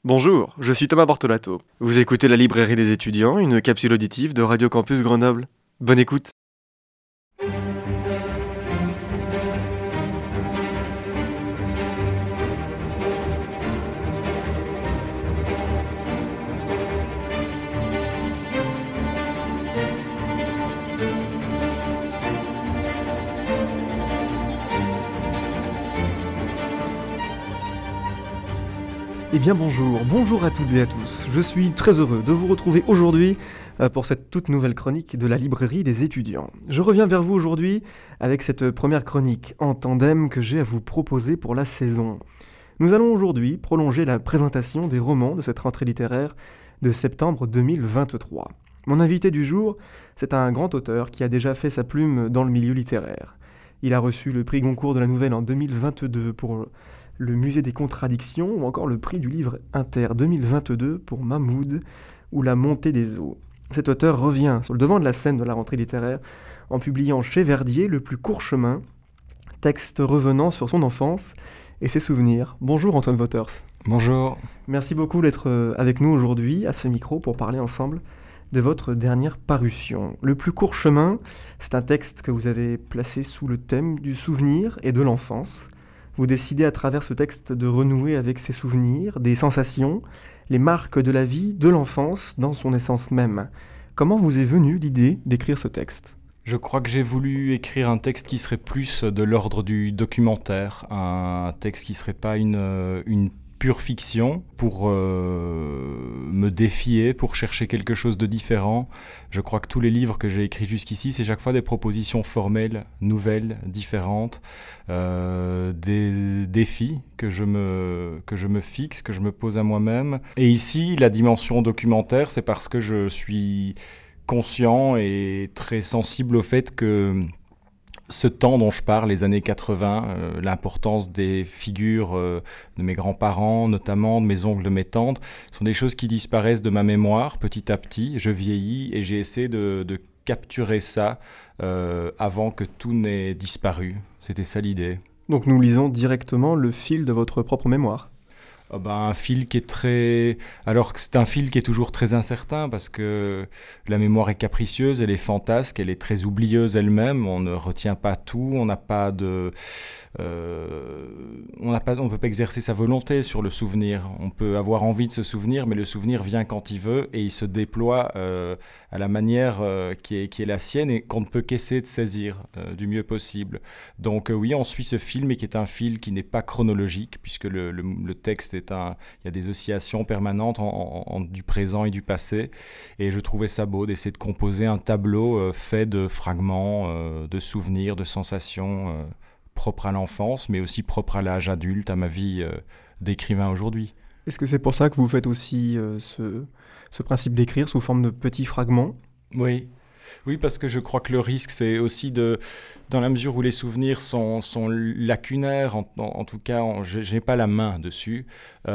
Bonjour, je suis Thomas Bortolato. Vous écoutez La Librairie des étudiants, une capsule auditive de Radio Campus Grenoble. Bonne écoute. Eh bien bonjour à toutes et à tous. Je suis très heureux de vous retrouver aujourd'hui pour cette toute nouvelle chronique de la librairie des étudiants. Je reviens vers vous aujourd'hui avec cette première chronique en tandem que j'ai à vous proposer pour la saison. Nous allons aujourd'hui prolonger la présentation des romans de cette rentrée littéraire de septembre 2023. Mon invité du jour, c'est un grand auteur qui a déjà fait sa plume dans le milieu littéraire. Il a reçu le prix Goncourt de la Nouvelle en 2022 pour le Musée des Contradictions ou encore le prix du livre Inter 2022 pour Mahmoud ou La Montée des eaux. Cet auteur revient sur le devant de la scène de la rentrée littéraire en publiant chez Verdier Le plus court chemin, texte revenant sur son enfance et ses souvenirs. Bonjour Antoine Wauters. Bonjour. Merci beaucoup d'être avec nous aujourd'hui à ce micro pour parler ensemble de votre dernière parution. Le plus court chemin, c'est un texte que vous avez placé sous le thème du souvenir et de l'enfance. Vous décidez à travers ce texte de renouer avec ses souvenirs, des sensations, les marques de la vie, de l'enfance, dans son essence même. Comment vous est venue l'idée d'écrire ce texte ? Je crois que j'ai voulu écrire un texte qui serait plus de l'ordre du documentaire, un texte qui serait pas une pure fiction pour me défier, pour chercher quelque chose de différent. Je crois que tous les livres que j'ai écrits jusqu'ici, c'est chaque fois des propositions formelles, nouvelles, différentes, des défis que je me fixe, que je me pose à moi-même. Et ici, la dimension documentaire, c'est parce que je suis conscient et très sensible au fait que ce temps dont je parle, les années 80, l'importance des figures de mes grands-parents, notamment de mes oncles, de mes tantes, sont des choses qui disparaissent de ma mémoire petit à petit. Je vieillis et j'ai essayé de capturer ça avant que tout n'ait disparu. C'était ça l'idée. Donc nous lisons directement le fil de votre propre mémoire. Un fil qui est très... Alors que c'est un fil qui est toujours très incertain parce que la mémoire est capricieuse, elle est fantasque, elle est très oublieuse elle-même, on ne retient pas tout, on n'a pas de... on ne peut pas exercer sa volonté sur le souvenir. On peut avoir envie de se souvenir, mais le souvenir vient quand il veut et il se déploie à la manière qui est la sienne et qu'on ne peut qu'essayer de saisir du mieux possible. Donc oui, on suit ce fil, mais qui est un fil qui n'est pas chronologique, puisque le texte il y a des oscillations permanentes du présent et du passé. Et je trouvais ça beau d'essayer de composer un tableau fait de fragments, de souvenirs, de sensations propres à l'enfance, mais aussi propres à l'âge adulte, à ma vie d'écrivain aujourd'hui. Est-ce que c'est pour ça que vous faites aussi ce principe d'écrire sous forme de petits fragments ? Oui, parce que je crois que le risque, c'est aussi dans la mesure où les souvenirs sont lacunaires, en tout cas, je n'ai pas la main dessus.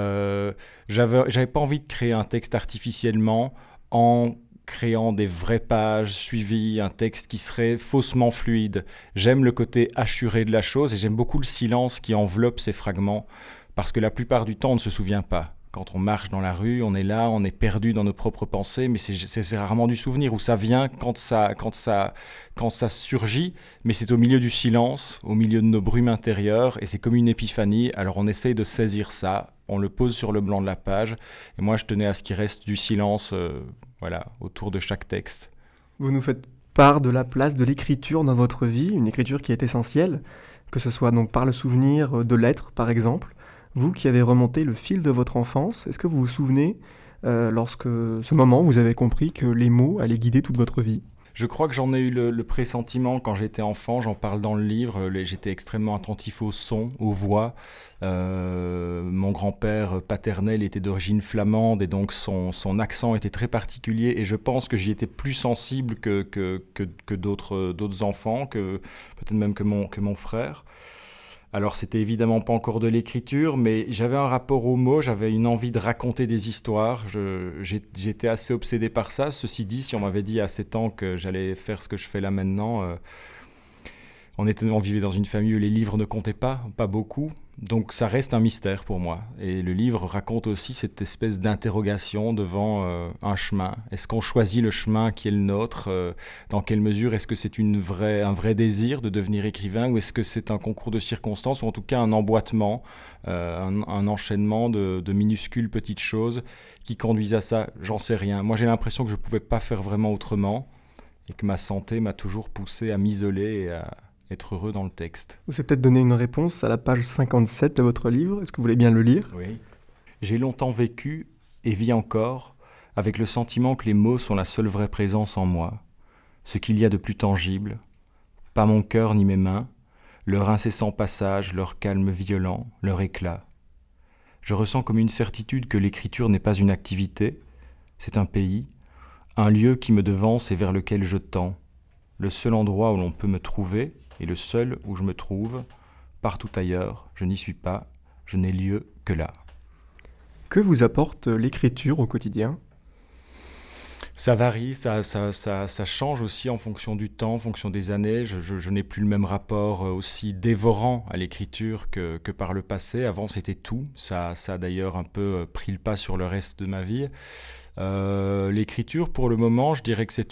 J'avais pas envie de créer un texte artificiellement en créant des vraies pages suivies, un texte qui serait faussement fluide. J'aime le côté assuré de la chose et j'aime beaucoup le silence qui enveloppe ces fragments, parce que la plupart du temps, on ne se souvient pas. Quand on marche dans la rue, on est là, on est perdu dans nos propres pensées, mais c'est rarement du souvenir, où ça vient quand ça surgit, mais c'est au milieu du silence, au milieu de nos brumes intérieures, et c'est comme une épiphanie. Alors on essaye de saisir ça, on le pose sur le blanc de la page, et moi je tenais à ce qu'il reste du silence autour de chaque texte. Vous nous faites part de la place de l'écriture dans votre vie, une écriture qui est essentielle, que ce soit donc par le souvenir de lettres par exemple. Vous qui avez remonté le fil de votre enfance, est-ce que vous vous souvenez lorsque ce moment vous avez compris que les mots allaient guider toute votre vie ? Je crois que j'en ai eu le pressentiment quand j'étais enfant, j'en parle dans le livre, j'étais extrêmement attentif aux sons, aux voix. Mon grand-père paternel était d'origine flamande et donc son accent était très particulier et je pense que j'y étais plus sensible que d'autres enfants, peut-être même que mon frère. Alors c'était évidemment pas encore de l'écriture, mais j'avais un rapport aux mots, j'avais une envie de raconter des histoires, j'étais assez obsédé par ça. Ceci dit, si on m'avait dit à 7 ans que j'allais faire ce que je fais là maintenant, on vivait dans une famille où les livres ne comptaient pas beaucoup, Donc ça reste un mystère pour moi. Et le livre raconte aussi cette espèce d'interrogation devant un chemin. Est-ce qu'on choisit le chemin qui est le nôtre? Dans quelle mesure est-ce que c'est un vrai désir de devenir écrivain, ou est-ce que c'est un concours de circonstances, ou en tout cas un emboîtement, un enchaînement de minuscules petites choses qui conduisent à ça? J'en sais rien. Moi j'ai l'impression que je ne pouvais pas faire vraiment autrement et que ma santé m'a toujours poussé à m'isoler et à être heureux dans le texte. Vous avez peut-être donné une réponse à la page 57 de votre livre. Est-ce que vous voulez bien le lire? Oui. J'ai longtemps vécu, et vis encore, avec le sentiment que les mots sont la seule vraie présence en moi, ce qu'il y a de plus tangible, pas mon cœur ni mes mains, leur incessant passage, leur calme violent, leur éclat. Je ressens comme une certitude que l'écriture n'est pas une activité, c'est un pays, un lieu qui me devance et vers lequel je tends, le seul endroit où l'on peut me trouver, et le seul où je me trouve. Partout ailleurs, je n'y suis pas, je n'ai lieu que là. Que vous apporte l'écriture au quotidien? Ça varie, ça change aussi en fonction du temps, en fonction des années. Je n'ai plus le même rapport aussi dévorant à l'écriture que par le passé. Avant, c'était tout. Ça a d'ailleurs un peu pris le pas sur le reste de ma vie. L'écriture, pour le moment, je dirais que c'est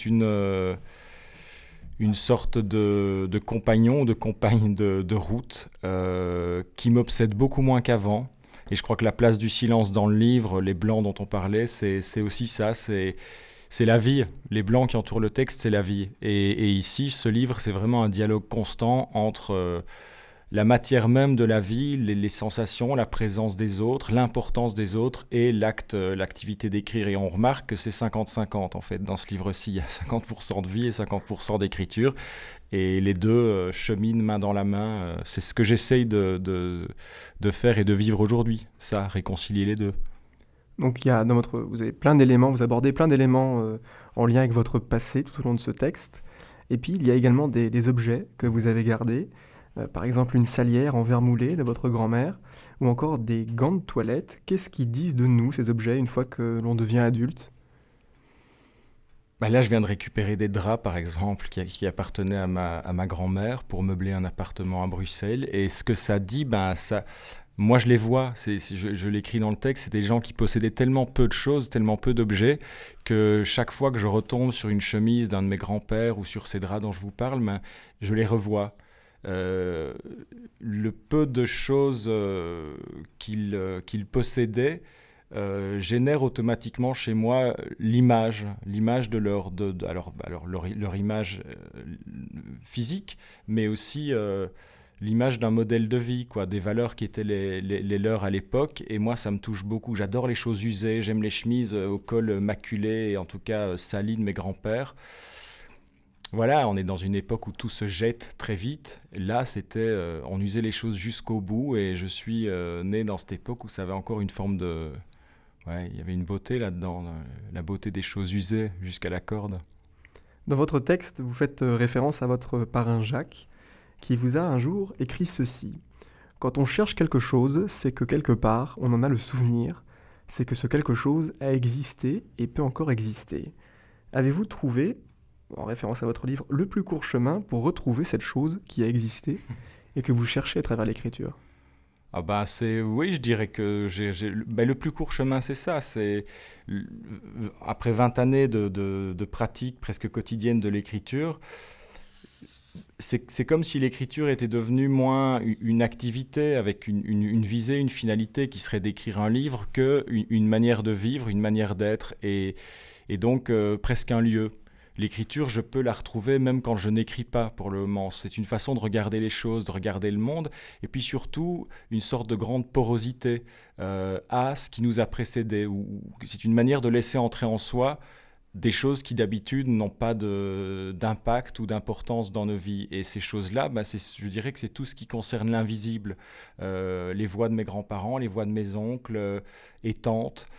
une sorte de compagnon, de compagne de route qui m'obsède beaucoup moins qu'avant. Et je crois que la place du silence dans le livre, les blancs dont on parlait, c'est aussi ça, c'est la vie. Les blancs qui entourent le texte, c'est la vie. Et ici, ce livre, c'est vraiment un dialogue constant entre la matière même de la vie, les sensations, la présence des autres, l'importance des autres et l'activité d'écrire. Et on remarque que c'est 50-50 en fait. Dans ce livre-ci, il y a 50% de vie et 50% d'écriture. Et les deux cheminent main dans la main. C'est ce que j'essaye de faire et de vivre aujourd'hui. Ça, réconcilier les deux. Donc vous avez plein d'éléments, vous abordez plein d'éléments en lien avec votre passé tout au long de ce texte. Et puis il y a également des objets que vous avez gardés. Par exemple une salière en verre moulé de votre grand-mère, ou encore des gants de toilette. Qu'est-ce qu'ils disent de nous, ces objets, une fois que l'on devient adulte? Là, je viens de récupérer des draps, par exemple, qui appartenaient à ma grand-mère pour meubler un appartement à Bruxelles. Et ce que ça dit, moi, je les vois, je l'écris dans le texte, c'est des gens qui possédaient tellement peu de choses, tellement peu d'objets, que chaque fois que je retombe sur une chemise d'un de mes grands-pères ou sur ces draps dont je vous parle, je les revois. Le peu de choses qu'il possédait génère automatiquement chez moi l'image de leur image physique, mais aussi l'image d'un modèle de vie, quoi, des valeurs qui étaient les leurs à l'époque. Et moi, ça me touche beaucoup. J'adore les choses usées, j'aime les chemises au col maculé, et en tout cas salies de mes grands-pères. Voilà, on est dans une époque où tout se jette très vite. Là, on usait les choses jusqu'au bout, et je suis né dans cette époque où ça avait encore une forme de... Ouais, il y avait une beauté là-dedans, la beauté des choses usées jusqu'à la corde. Dans votre texte, vous faites référence à votre parrain Jacques, qui vous a un jour écrit ceci. Quand on cherche quelque chose, c'est que quelque part, on en a le souvenir, c'est que ce quelque chose a existé et peut encore exister. Avez-vous trouvé, en référence à votre livre, le plus court chemin pour retrouver cette chose qui a existé et que vous cherchez à travers l'écriture? Oui, je dirais que le plus court chemin, c'est ça. Après 20 années de pratique presque quotidienne de l'écriture, c'est comme si l'écriture était devenue moins une activité avec une visée, une finalité qui serait d'écrire un livre, qu'une manière de vivre, une manière d'être, et donc presque un lieu. L'écriture, je peux la retrouver même quand je n'écris pas pour le moment. C'est une façon de regarder les choses, de regarder le monde, et puis surtout une sorte de grande porosité à ce qui nous a précédés. C'est une manière de laisser entrer en soi des choses qui d'habitude n'ont pas d'impact ou d'importance dans nos vies. Et ces choses-là, je dirais que c'est tout ce qui concerne l'invisible. Les voix de mes grands-parents, les voix de mes oncles et tantes.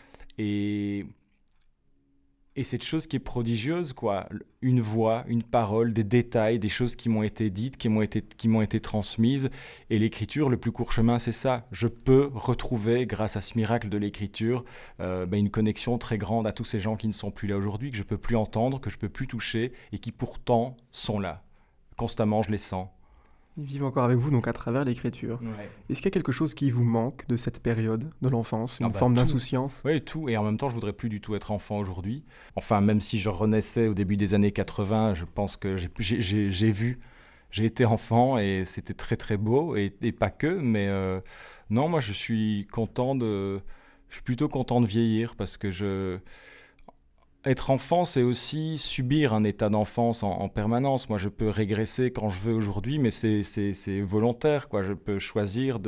Et cette chose qui est prodigieuse, quoi, une voix, une parole, des détails, des choses qui m'ont été dites, qui m'ont été transmises. Et l'écriture, le plus court chemin, c'est ça. Je peux retrouver, grâce à ce miracle de l'écriture, une connexion très grande à tous ces gens qui ne sont plus là aujourd'hui, que je ne peux plus entendre, que je ne peux plus toucher, et qui pourtant sont là. Constamment, je les sens. Ils vivent encore avec vous, donc à travers l'écriture. Ouais. Est-ce qu'il y a quelque chose qui vous manque de cette période de l'enfance, une forme tout. d'insouciance? Oui, tout. Et en même temps, je voudrais plus du tout être enfant aujourd'hui. Enfin, même si je renaissais au début des années 80, je pense que j'ai été enfant et c'était très très beau et pas que. Mais non, moi, je suis plutôt content de vieillir parce que être enfant, c'est aussi subir un état d'enfance en permanence. Moi, je peux régresser quand je veux aujourd'hui, mais c'est volontaire, quoi. Je peux choisir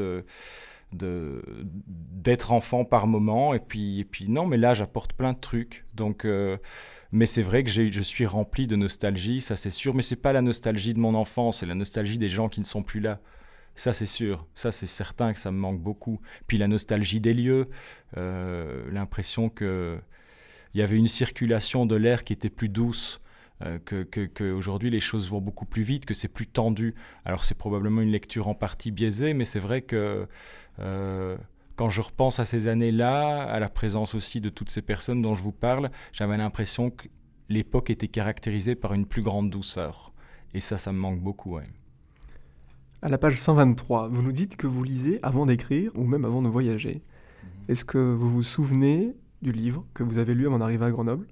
d'être enfant par moment, et puis non, mais là, j'apporte plein de trucs. Donc, mais c'est vrai que je suis rempli de nostalgie, ça c'est sûr. Mais c'est pas la nostalgie de mon enfance, c'est la nostalgie des gens qui ne sont plus là. Ça, c'est sûr. Ça, c'est certain que ça me manque beaucoup. Puis la nostalgie des lieux, l'impression que il y avait une circulation de l'air qui était plus douce, qu'aujourd'hui les choses vont beaucoup plus vite, que c'est plus tendu. Alors c'est probablement une lecture en partie biaisée, mais c'est vrai que quand je repense à ces années-là, à la présence aussi de toutes ces personnes dont je vous parle, j'avais l'impression que l'époque était caractérisée par une plus grande douceur. Et ça me manque beaucoup, ouais. À la page 123, vous nous dites que vous lisez avant d'écrire ou même avant de voyager. Est-ce que vous vous souvenez du livre que vous avez lu avant d'arriver à Grenoble?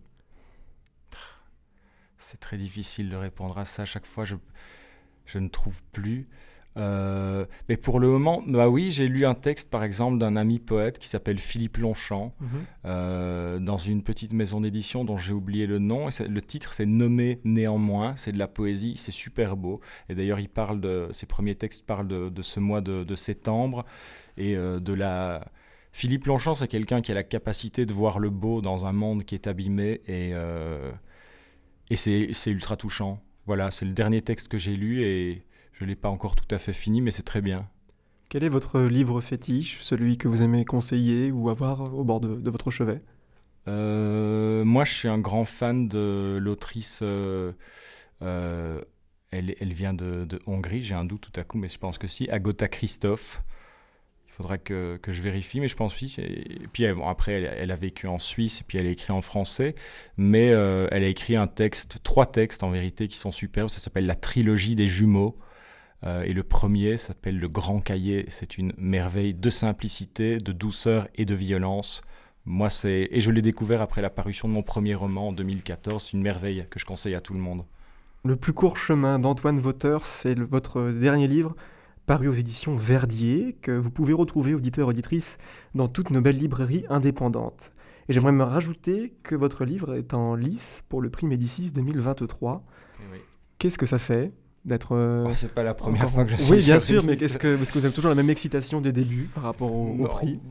C'est très difficile de répondre à ça. Chaque fois, je ne trouve plus. Mais pour le moment, bah oui, j'ai lu un texte, par exemple, d'un ami poète qui s'appelle Philippe Longchamp, dans une petite maison d'édition dont j'ai oublié le nom. Et le titre, c'est Nommé néanmoins. C'est de la poésie, c'est super beau. Et d'ailleurs, ses premiers textes parlent de ce mois de septembre et de la... Philippe Longchamp, c'est quelqu'un qui a la capacité de voir le beau dans un monde qui est abîmé et c'est ultra touchant. Voilà, c'est le dernier texte que j'ai lu et je ne l'ai pas encore tout à fait fini, mais c'est très bien. Quel est votre livre fétiche, celui que vous aimez conseiller ou avoir au bord de votre chevet? Moi, je suis un grand fan de l'autrice. Elle vient de Hongrie, j'ai un doute tout à coup, mais je pense que si, Agota Christoph. Il faudra que je vérifie, mais je pense oui. Et puis après, elle a vécu en Suisse et puis elle a écrit en français, mais elle a écrit trois textes en vérité qui sont superbes. Ça s'appelle La Trilogie des Jumeaux. Et le premier s'appelle Le Grand Cahier. C'est une merveille de simplicité, de douceur et de violence. Moi, et je l'ai découvert après la parution de mon premier roman en 2014. C'est une merveille que je conseille à tout le monde. Le plus court chemin d'Antoine Wauters, c'est votre dernier livre, paru aux éditions Verdier, que vous pouvez retrouver, auditeurs et auditrices, dans toutes nos belles librairies indépendantes. Et j'aimerais me rajouter que votre livre est en lice pour le prix Médicis 2023. Oui. Qu'est-ce que ça fait d'être... c'est pas la première fois que je suis Oui, bien sur sûr, mais est-ce que vous avez toujours la même excitation des débuts par rapport au prix?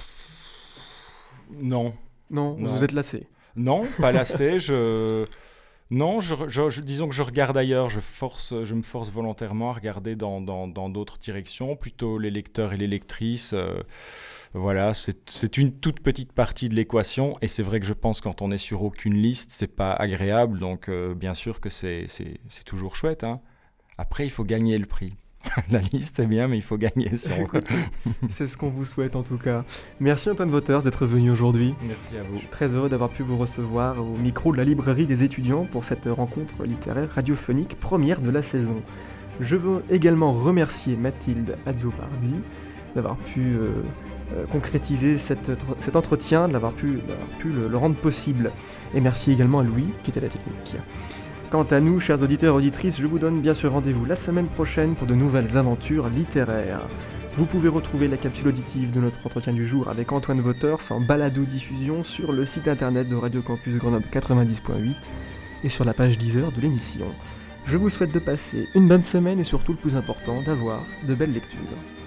Non. Non, vous êtes lassé? Non, pas lassé, Non, disons que je regarde ailleurs, je me force volontairement à regarder dans d'autres directions, plutôt les lecteurs et les lectrices. Voilà, c'est une toute petite partie de l'équation, et c'est vrai que je pense quand on est sur aucune liste, c'est pas agréable, donc bien sûr que c'est toujours chouette, hein. Après, il faut gagner le prix. La liste, c'est bien, mais il faut gagner. C'est ce qu'on vous souhaite en tout cas. Merci Antoine Wauters d'être venu aujourd'hui. Merci à vous. Je suis très heureux d'avoir pu vous recevoir au micro de la librairie des étudiants pour cette rencontre littéraire radiophonique première de la saison. Je veux également remercier Mathilde Azzopardi d'avoir pu concrétiser cet entretien, d'avoir pu le rendre possible. Et merci également à Louis qui était à la technique. Quant à nous, chers auditeurs et auditrices, je vous donne bien sûr rendez-vous la semaine prochaine pour de nouvelles aventures littéraires. Vous pouvez retrouver la capsule auditive de notre entretien du jour avec Antoine Wauters en balado-diffusion sur le site internet de Radio Campus Grenoble 90.8 et sur la page Deezer de l'émission. Je vous souhaite de passer une bonne semaine et surtout le plus important, d'avoir de belles lectures.